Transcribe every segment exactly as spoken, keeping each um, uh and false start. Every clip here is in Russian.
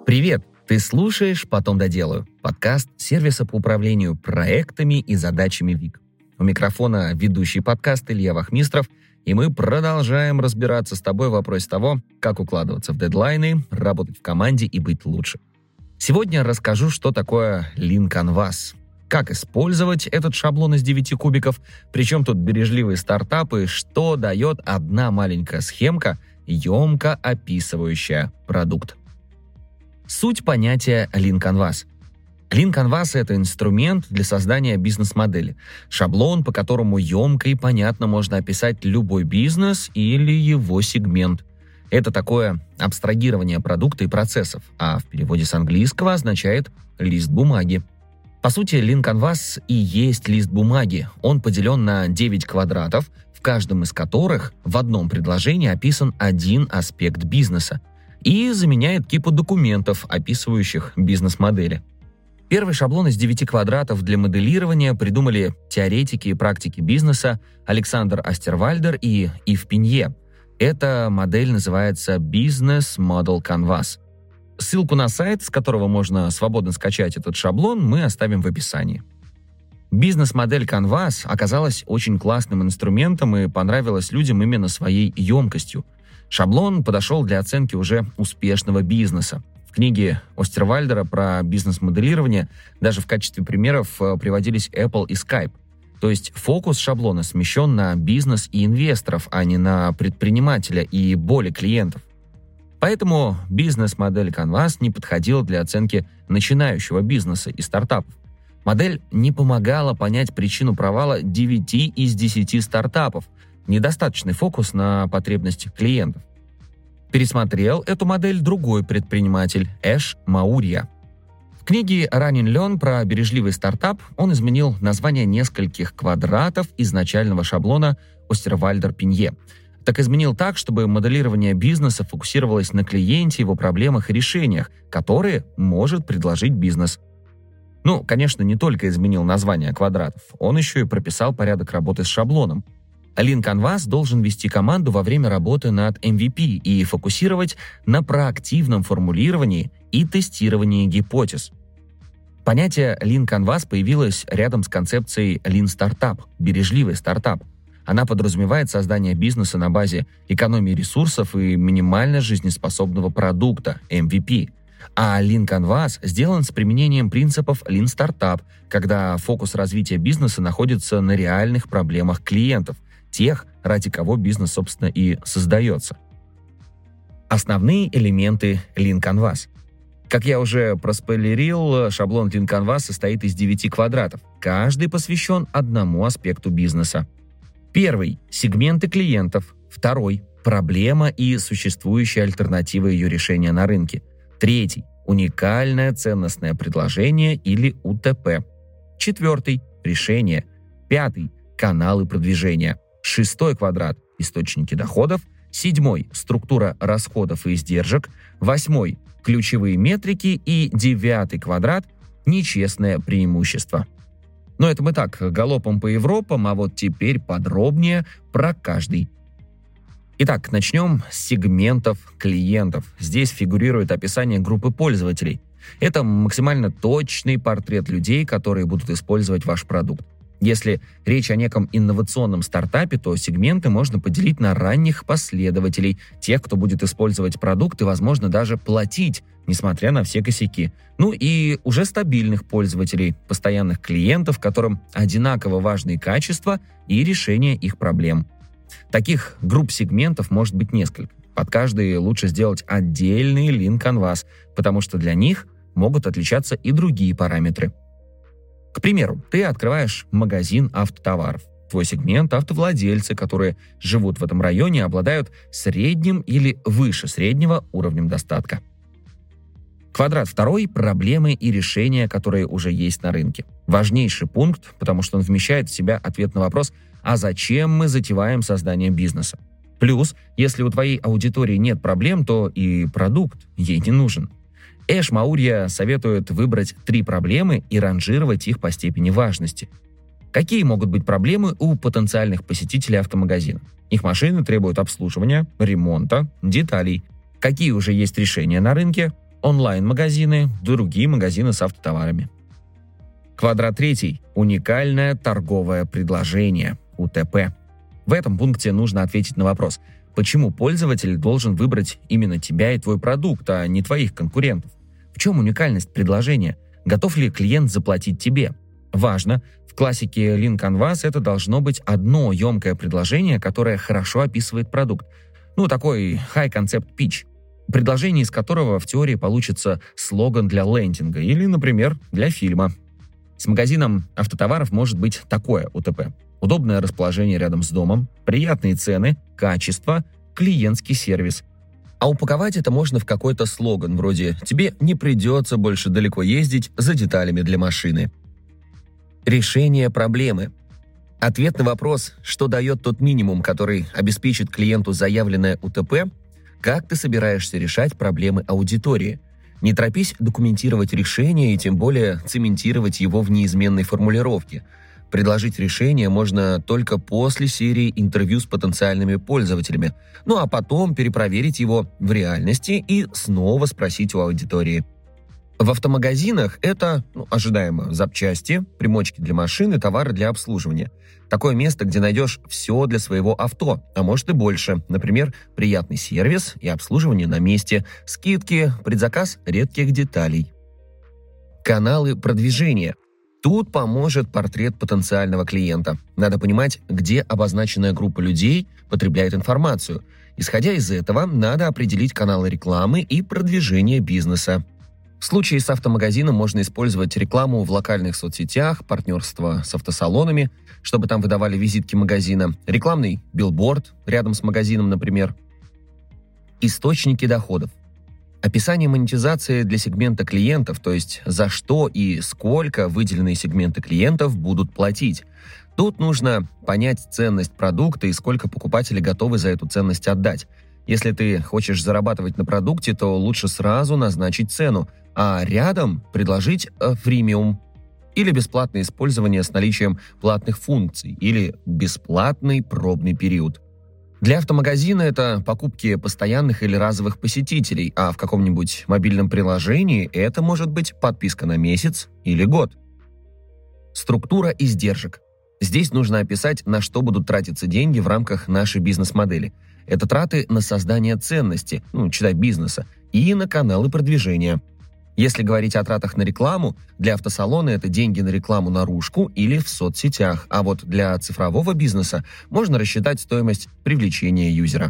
Привет! Ты слушаешь «Потом доделаю» — подкаст сервиса по управлению проектами и задачами ВИК. У микрофона ведущий подкаст Илья Вахмистров, и мы продолжаем разбираться с тобой в вопросе того, как укладываться в дедлайны, работать в команде и быть лучше. Сегодня расскажу, что такое Lean Canvas, как использовать этот шаблон из девяти кубиков, причем тут бережливые стартапы, что дает одна маленькая схемка, емко описывающая продукт. Суть понятия Lean Canvas. Lean Canvas — это инструмент для создания бизнес-модели, шаблон, по которому емко и понятно можно описать любой бизнес или его сегмент. Это такое абстрагирование продукта и процессов, а в переводе с английского означает «лист бумаги». По сути, Lean Canvas и есть лист бумаги. Он поделен на девять квадратов, в каждом из которых в одном предложении описан один аспект бизнеса и заменяет кипу документов, описывающих бизнес-модели. Первый шаблон из девяти квадратов для моделирования придумали теоретики и практики бизнеса Александр Остервальдер и Ив Пинье. Эта модель называется Business Model Canvas. Ссылку на сайт, с которого можно свободно скачать этот шаблон, мы оставим в описании. Бизнес-модель Canvas оказалась очень классным инструментом и понравилась людям именно своей емкостью. Шаблон подошел для оценки уже успешного бизнеса. В книге Остервальдера про бизнес-моделирование даже в качестве примеров приводились Apple и Skype. То есть фокус шаблона смещен на бизнес и инвесторов, а не на предпринимателя и боли клиентов. Поэтому бизнес-модель Canvas не подходила для оценки начинающего бизнеса и стартапов. Модель не помогала понять причину провала девяти из десяти стартапов, недостаточный фокус на потребностях клиентов. Пересмотрел эту модель другой предприниматель Эш Маурья. В книге Run and Learn про бережливый стартап он изменил название нескольких квадратов изначального шаблона Остервальдер-Пинье. Так изменил так, чтобы моделирование бизнеса фокусировалось на клиенте, его проблемах и решениях, которые может предложить бизнес. Ну, конечно, не только изменил название квадратов, он еще и прописал порядок работы с шаблоном. Lean Canvas должен вести команду во время работы над эм ви пи и фокусировать на проактивном формулировании и тестировании гипотез. Понятие Lean Canvas появилось рядом с концепцией Lean Startup, бережливый стартап. Она подразумевает создание бизнеса на базе экономии ресурсов и минимально жизнеспособного продукта, эм ви пи. А Lean Canvas сделан с применением принципов Lean Startup, когда фокус развития бизнеса находится на реальных проблемах клиентов, тех, ради кого бизнес, собственно, и создается. Основные элементы Lean Canvas. Как я уже проспойлерил, шаблон Lean Canvas состоит из девяти квадратов. Каждый посвящен одному аспекту бизнеса. Первый – сегменты клиентов. Второй – проблема и существующие альтернативы ее решения на рынке. Третий – уникальное ценностное предложение или у тэ пэ. Четвертый – решение. Пятый – каналы продвижения. Шестой квадрат – источники доходов. Седьмой – структура расходов и издержек. Восьмой – ключевые метрики. И девятый квадрат – нечестное преимущество. Но это мы так, галопом по Европам, а вот теперь подробнее про каждый. Итак, начнем с сегментов клиентов. Здесь фигурирует описание группы пользователей. Это максимально точный портрет людей, которые будут использовать ваш продукт. Если речь о неком инновационном стартапе, то сегменты можно поделить на ранних последователей, тех, кто будет использовать продукт и, возможно, даже платить, несмотря на все косяки. Ну и уже стабильных пользователей, постоянных клиентов, которым одинаково важны качества и решение их проблем. Таких групп сегментов может быть несколько. Под каждый лучше сделать отдельный Lean Canvas, потому что для них могут отличаться и другие параметры. К примеру, ты открываешь магазин автотоваров. Твой сегмент – автовладельцы, которые живут в этом районе и обладают средним или выше среднего уровнем достатка. Квадрат второй – проблемы и решения, которые уже есть на рынке. Важнейший пункт, потому что он вмещает в себя ответ на вопрос «А зачем мы затеваем создание бизнеса?». Плюс, если у твоей аудитории нет проблем, то и продукт ей не нужен. Эш Маурья советует выбрать три проблемы и ранжировать их по степени важности. Какие могут быть проблемы у потенциальных посетителей автомагазина? Их машины требуют обслуживания, ремонта, деталей. Какие уже есть решения на рынке? онлайн-магазины, другие магазины с автотоварами. Квадрат третий. Уникальное торговое предложение, У Т П. В этом пункте нужно ответить на вопрос, почему пользователь должен выбрать именно тебя и твой продукт, а не твоих конкурентов? В чем уникальность предложения? Готов ли клиент заплатить тебе? Важно, в классике Lean Canvas это должно быть одно емкое предложение, которое хорошо описывает продукт. Ну, такой high-concept pitch, предложение из которого в теории получится слоган для лендинга или, например, для фильма. С магазином автотоваров может быть такое У Т П. Удобное расположение рядом с домом, приятные цены, качество, клиентский сервис. А упаковать это можно в какой-то слоган, вроде «Тебе не придется больше далеко ездить за деталями для машины». Решение проблемы. Ответ на вопрос, что дает тот минимум, который обеспечит клиенту заявленное У Т П, как ты собираешься решать проблемы аудитории. Не торопись документировать решение и тем более цементировать его в неизменной формулировке. Предложить решение можно только после серии интервью с потенциальными пользователями, ну а потом перепроверить его в реальности и снова спросить у аудитории. В автомагазинах это, ну, ожидаемо, запчасти, примочки для машины, товары для обслуживания. Такое место, где найдешь все для своего авто, а может и больше. Например, приятный сервис и обслуживание на месте, скидки, предзаказ редких деталей. Каналы продвижения. Тут поможет портрет потенциального клиента. Надо понимать, где обозначенная группа людей потребляет информацию. Исходя из этого, надо определить каналы рекламы и продвижения бизнеса. В случае с автомагазином можно использовать рекламу в локальных соцсетях, партнерство с автосалонами, чтобы там выдавали визитки магазина, рекламный билборд рядом с магазином, например. Источники доходов. Описание монетизации для сегмента клиентов, то есть за что и сколько выделенные сегменты клиентов будут платить. Тут нужно понять ценность продукта и сколько покупатели готовы за эту ценность отдать. Если ты хочешь зарабатывать на продукте, то лучше сразу назначить цену, а рядом предложить фримиум или бесплатное использование с наличием платных функций или бесплатный пробный период. Для автомагазина это покупки постоянных или разовых посетителей, а в каком-нибудь мобильном приложении это может быть подписка на месяц или год. Структура издержек. Здесь нужно описать, на что будут тратиться деньги в рамках нашей бизнес-модели. Это траты на создание ценности, ну, читай бизнеса, и на каналы продвижения. Если говорить о тратах на рекламу, для автосалона это деньги на рекламу наружку или в соцсетях, а вот для цифрового бизнеса можно рассчитать стоимость привлечения юзера.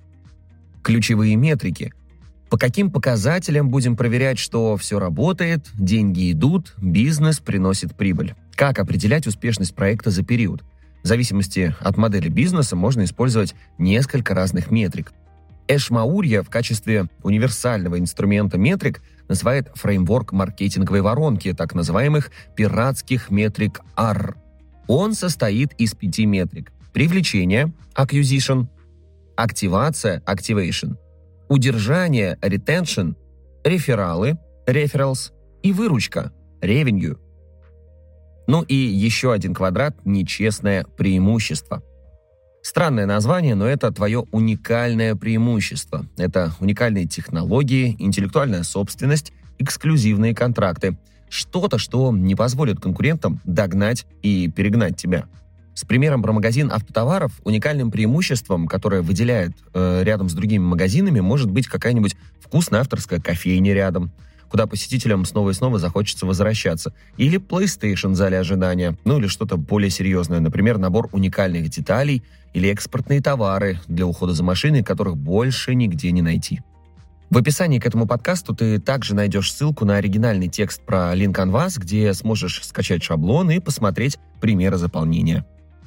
Ключевые метрики. По каким показателям будем проверять, что все работает, деньги идут, бизнес приносит прибыль? Как определять успешность проекта за период? В зависимости от модели бизнеса можно использовать несколько разных метрик. Эшмаурья в качестве универсального инструмента метрик называет фреймворк маркетинговой воронки, так называемых пиратских метрик эй ар. Он состоит из пяти метрик: привлечение, acquisition, активация, activation, удержание, retention, рефералы, referrals и выручка, revenue. Ну и еще один квадрат – нечестное преимущество. Странное название, но это твое уникальное преимущество. Это уникальные технологии, интеллектуальная собственность, эксклюзивные контракты. Что-то, что не позволит конкурентам догнать и перегнать тебя. С примером про магазин автотоваров уникальным преимуществом, которое выделяет э, рядом с другими магазинами, может быть какая-нибудь вкусная авторская кофейня рядом, куда посетителям снова и снова захочется возвращаться. Или PlayStation в зале ожидания, ну или что-то более серьезное, например, набор уникальных деталей или экспортные товары для ухода за машиной, которых больше нигде не найти. В описании к этому подкасту ты также найдешь ссылку на оригинальный текст про Lean Canvas, где сможешь скачать шаблон и посмотреть примеры заполнения.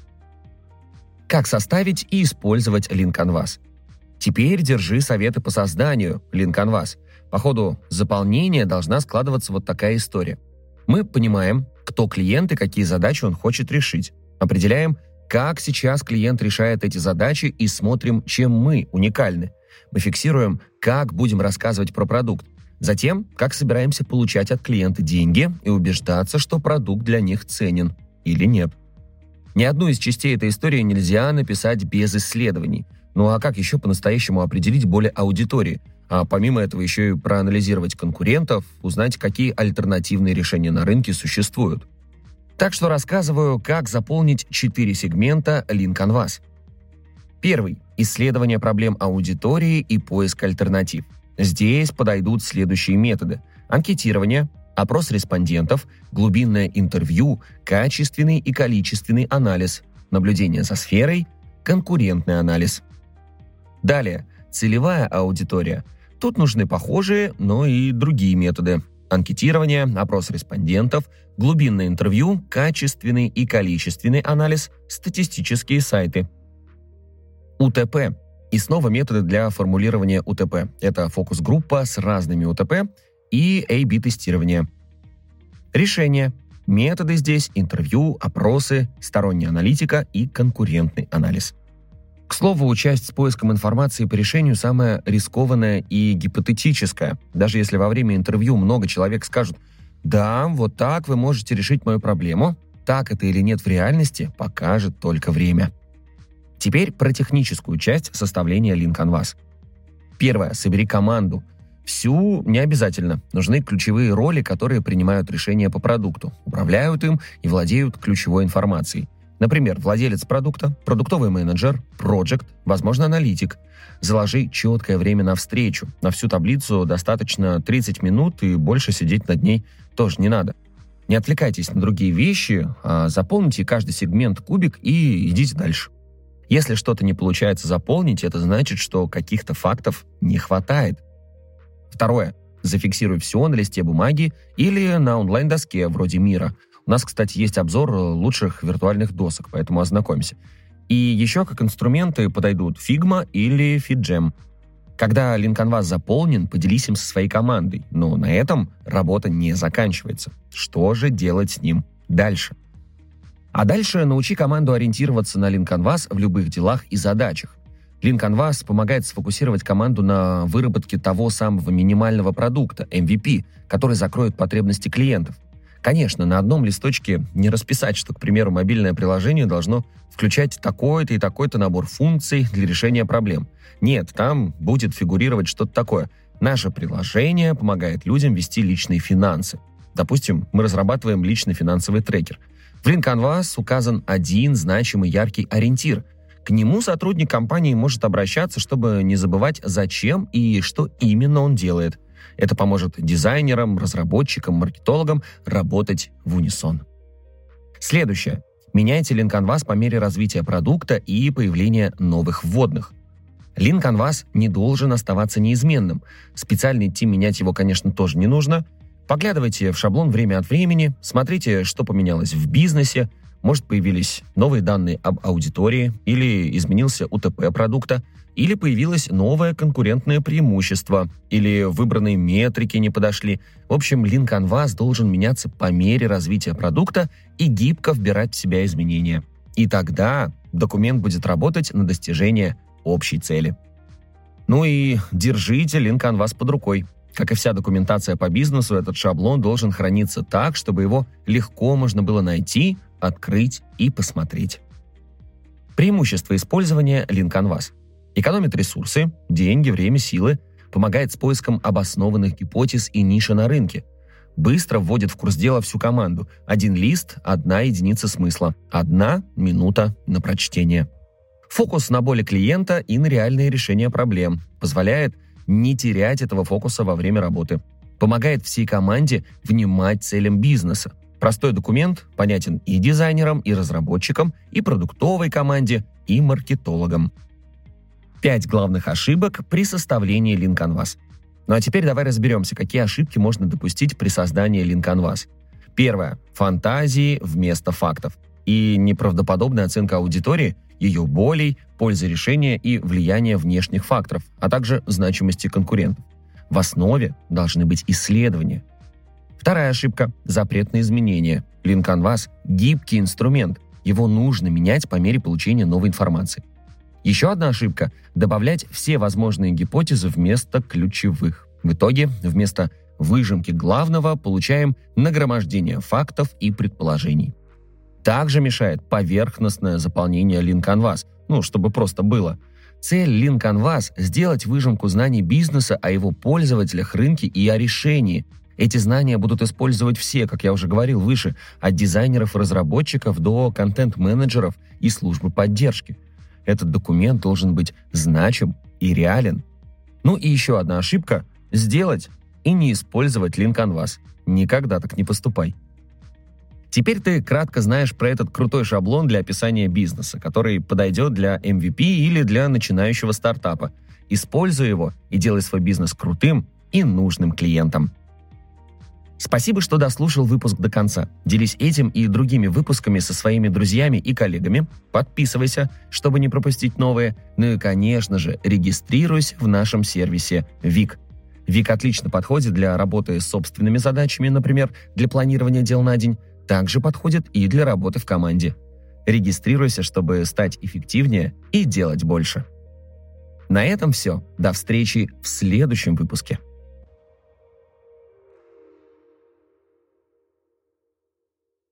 Как составить и использовать Lean Canvas? Теперь держи советы по созданию Lean Canvas. По ходу заполнения должна складываться вот такая история. Мы понимаем, кто клиент и какие задачи он хочет решить. Определяем, как сейчас клиент решает эти задачи и смотрим, чем мы уникальны. Мы фиксируем, как будем рассказывать про продукт. Затем, как собираемся получать от клиента деньги и убеждаться, что продукт для них ценен или нет. Ни одну из частей этой истории нельзя написать без исследований. Ну а как еще по-настоящему определить боли аудитории? А помимо этого еще и проанализировать конкурентов, узнать, какие альтернативные решения на рынке существуют. Так что рассказываю, как заполнить четыре сегмента Lean Canvas. Первый – исследование проблем аудитории и поиск альтернатив. Здесь подойдут следующие методы: анкетирование, опрос респондентов, глубинное интервью, качественный и количественный анализ, наблюдение за сферой, конкурентный анализ. Далее – целевая аудитория. Тут нужны похожие, но и другие методы: анкетирование, опрос респондентов, глубинное интервью, качественный и количественный анализ, статистические сайты. УТП. И снова методы для формулирования УТП. Это фокус-группа с разными УТП и эй би-тестирование. Решения. Методы здесь: интервью, опросы, сторонняя аналитика и конкурентный анализ. К слову, часть с поиском информации по решению самая рискованная и гипотетическая. Даже если во время интервью много человек скажут: «Да, вот так вы можете решить мою проблему», так это или нет в реальности, покажет только время. Теперь про техническую часть составления Lean Canvas. Первое. Собери команду. Всю не обязательно. Нужны ключевые роли, которые принимают решения по продукту, управляют им и владеют ключевой информацией. Например, владелец продукта, продуктовый менеджер, проект, возможно, аналитик. Заложи четкое время на встречу. На всю таблицу достаточно тридцать минут, и больше сидеть над ней тоже не надо. Не отвлекайтесь на другие вещи, а заполните каждый сегмент кубик и идите дальше. Если что-то не получается заполнить, это значит, что каких-то фактов не хватает. Второе. Зафиксируй все на листе бумаги или на онлайн-доске вроде Мира. У нас, кстати, есть обзор лучших виртуальных досок, поэтому ознакомься. И еще как инструменты подойдут Figma или FitJam. Когда Lean Canvas заполнен, поделись им со своей командой. Но на этом работа не заканчивается. Что же делать с ним дальше? А дальше научи команду ориентироваться на Lean Canvas в любых делах и задачах. Lean Canvas помогает сфокусировать команду на выработке того самого минимального продукта, эм ви пи, который закроет потребности клиентов. Конечно, на одном листочке не расписать, что, к примеру, мобильное приложение должно включать такой-то и такой-то набор функций для решения проблем. Нет, там будет фигурировать что-то такое. Наше приложение помогает людям вести личные финансы. Допустим, мы разрабатываем личный финансовый трекер. В Lean Canvas указан один значимый яркий ориентир. К нему сотрудник компании может обращаться, чтобы не забывать, зачем и что именно он делает. Это поможет дизайнерам, разработчикам, маркетологам работать в унисон. Следующее. Меняйте Lean Canvas по мере развития продукта и появления новых вводных. Lean Canvas не должен оставаться неизменным. Специально идти менять его, конечно, тоже не нужно. Поглядывайте в шаблон время от времени, смотрите, что поменялось в бизнесе, может, появились новые данные об аудитории, или изменился УТП продукта, или появилось новое конкурентное преимущество, или выбранные метрики не подошли. В общем, Lean Canvas должен меняться по мере развития продукта и гибко вбирать в себя изменения. И тогда документ будет работать на достижение общей цели. Ну и держите Lean Canvas под рукой. Как и вся документация по бизнесу, этот шаблон должен храниться так, чтобы его легко можно было найти, открыть и посмотреть. Преимущество использования Lean Canvas. Экономит ресурсы, деньги, время, силы, помогает с поиском обоснованных гипотез и ниши на рынке. Быстро вводит в курс дела всю команду. Один лист, одна единица смысла, одна минута на прочтение. Фокус на боли клиента и на реальные решения проблем. Позволяет не терять этого фокуса во время работы. Помогает всей команде внимать целям бизнеса. Простой документ понятен и дизайнерам, и разработчикам, и продуктовой команде, и маркетологам. Пять главных ошибок при составлении Lean Canvas. Ну а теперь давай разберемся, какие ошибки можно допустить при создании Lean Canvas. Первое. Фантазии вместо фактов. И неправдоподобная оценка аудитории, ее болей, пользы решения и влияния внешних факторов, а также значимости конкурентов. В основе должны быть исследования. Вторая ошибка – запрет на изменения. Lean Canvas – гибкий инструмент. Его нужно менять по мере получения новой информации. Еще одна ошибка – добавлять все возможные гипотезы вместо ключевых. В итоге, вместо выжимки главного получаем нагромождение фактов и предположений. Также мешает поверхностное заполнение Lean Canvas, ну, чтобы просто было. Цель Lean Canvas – сделать выжимку знаний бизнеса о его пользователях, рынке и о решении. Эти знания будут использовать все, как я уже говорил выше, от дизайнеров и разработчиков до контент-менеджеров и службы поддержки. Этот документ должен быть значим и реален. Ну и еще одна ошибка – сделать и не использовать Lean Canvas. Никогда так не поступай. Теперь ты кратко знаешь про этот крутой шаблон для описания бизнеса, который подойдет для эм ви пи или для начинающего стартапа. Используй его и делай свой бизнес крутым и нужным клиентам. Спасибо, что дослушал выпуск до конца. Делись этим и другими выпусками со своими друзьями и коллегами. Подписывайся, чтобы не пропустить новые. Ну и, конечно же, регистрируйся в нашем сервисе Вик. Вик отлично подходит для работы с собственными задачами, например, для планирования дел на день. Также подходит и для работы в команде. Регистрируйся, чтобы стать эффективнее и делать больше. На этом все. До встречи в следующем выпуске.